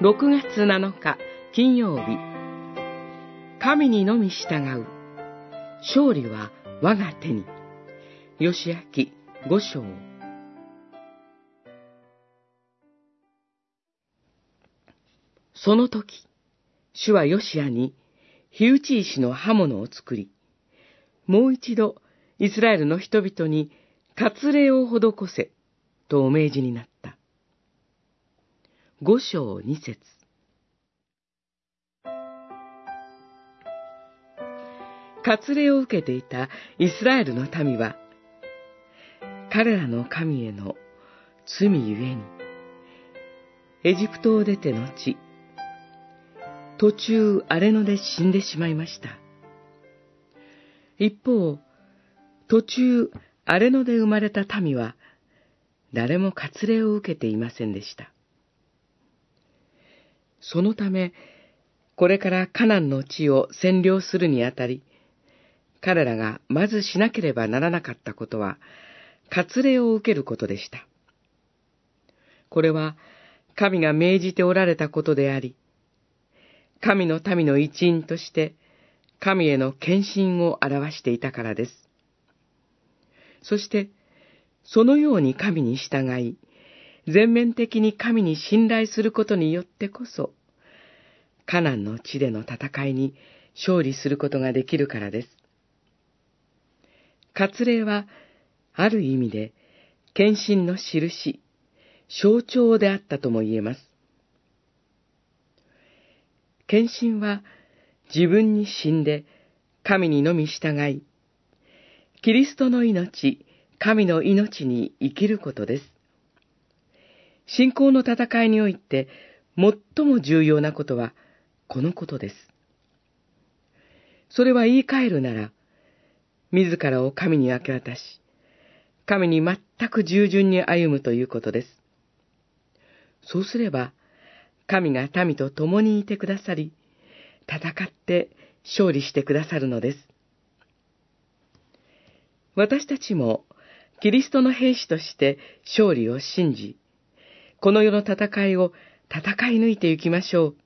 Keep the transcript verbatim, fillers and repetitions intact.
ろくがつなのか金曜日、神にのみ従う。勝利は我が手に。ヨシヤ記ご章。その時、主はヨシアに火打ち石の刃物を作り、もう一度イスラエルの人々に割礼を施せとお命じになった。ご章に節。割礼を受けていたイスラエルの民は、彼らの神への罪ゆえに、エジプトを出て後、途中荒れ野で死んでしまいました。一方、途中荒れ野で生まれた民は、誰も割礼を受けていませんでした。そのため、これからカナンの地を占領するにあたり、彼らがまずしなければならなかったことは、割礼を受けることでした。これは、神が命じておられたことであり、神の民の一員として、神への献身を表していたからです。そして、そのように神に従い、全面的に神に信頼することによってこそ、カナンの地での戦いに勝利することができるからです。割礼は、ある意味で、献身の印、象徴であったとも言えます。献身は、自分に死んで、神にのみ従い、キリストの命、神の命に生きることです。信仰の戦いにおいて、最も重要なことは、このことです。それは言い換えるなら、自らを神に明け渡し、神に全く従順に歩むということです。そうすれば、神が民と共にいてくださり、戦って勝利してくださるのです。私たちも、キリストの兵士として勝利を信じ、この世の戦いを戦い抜いていきましょう。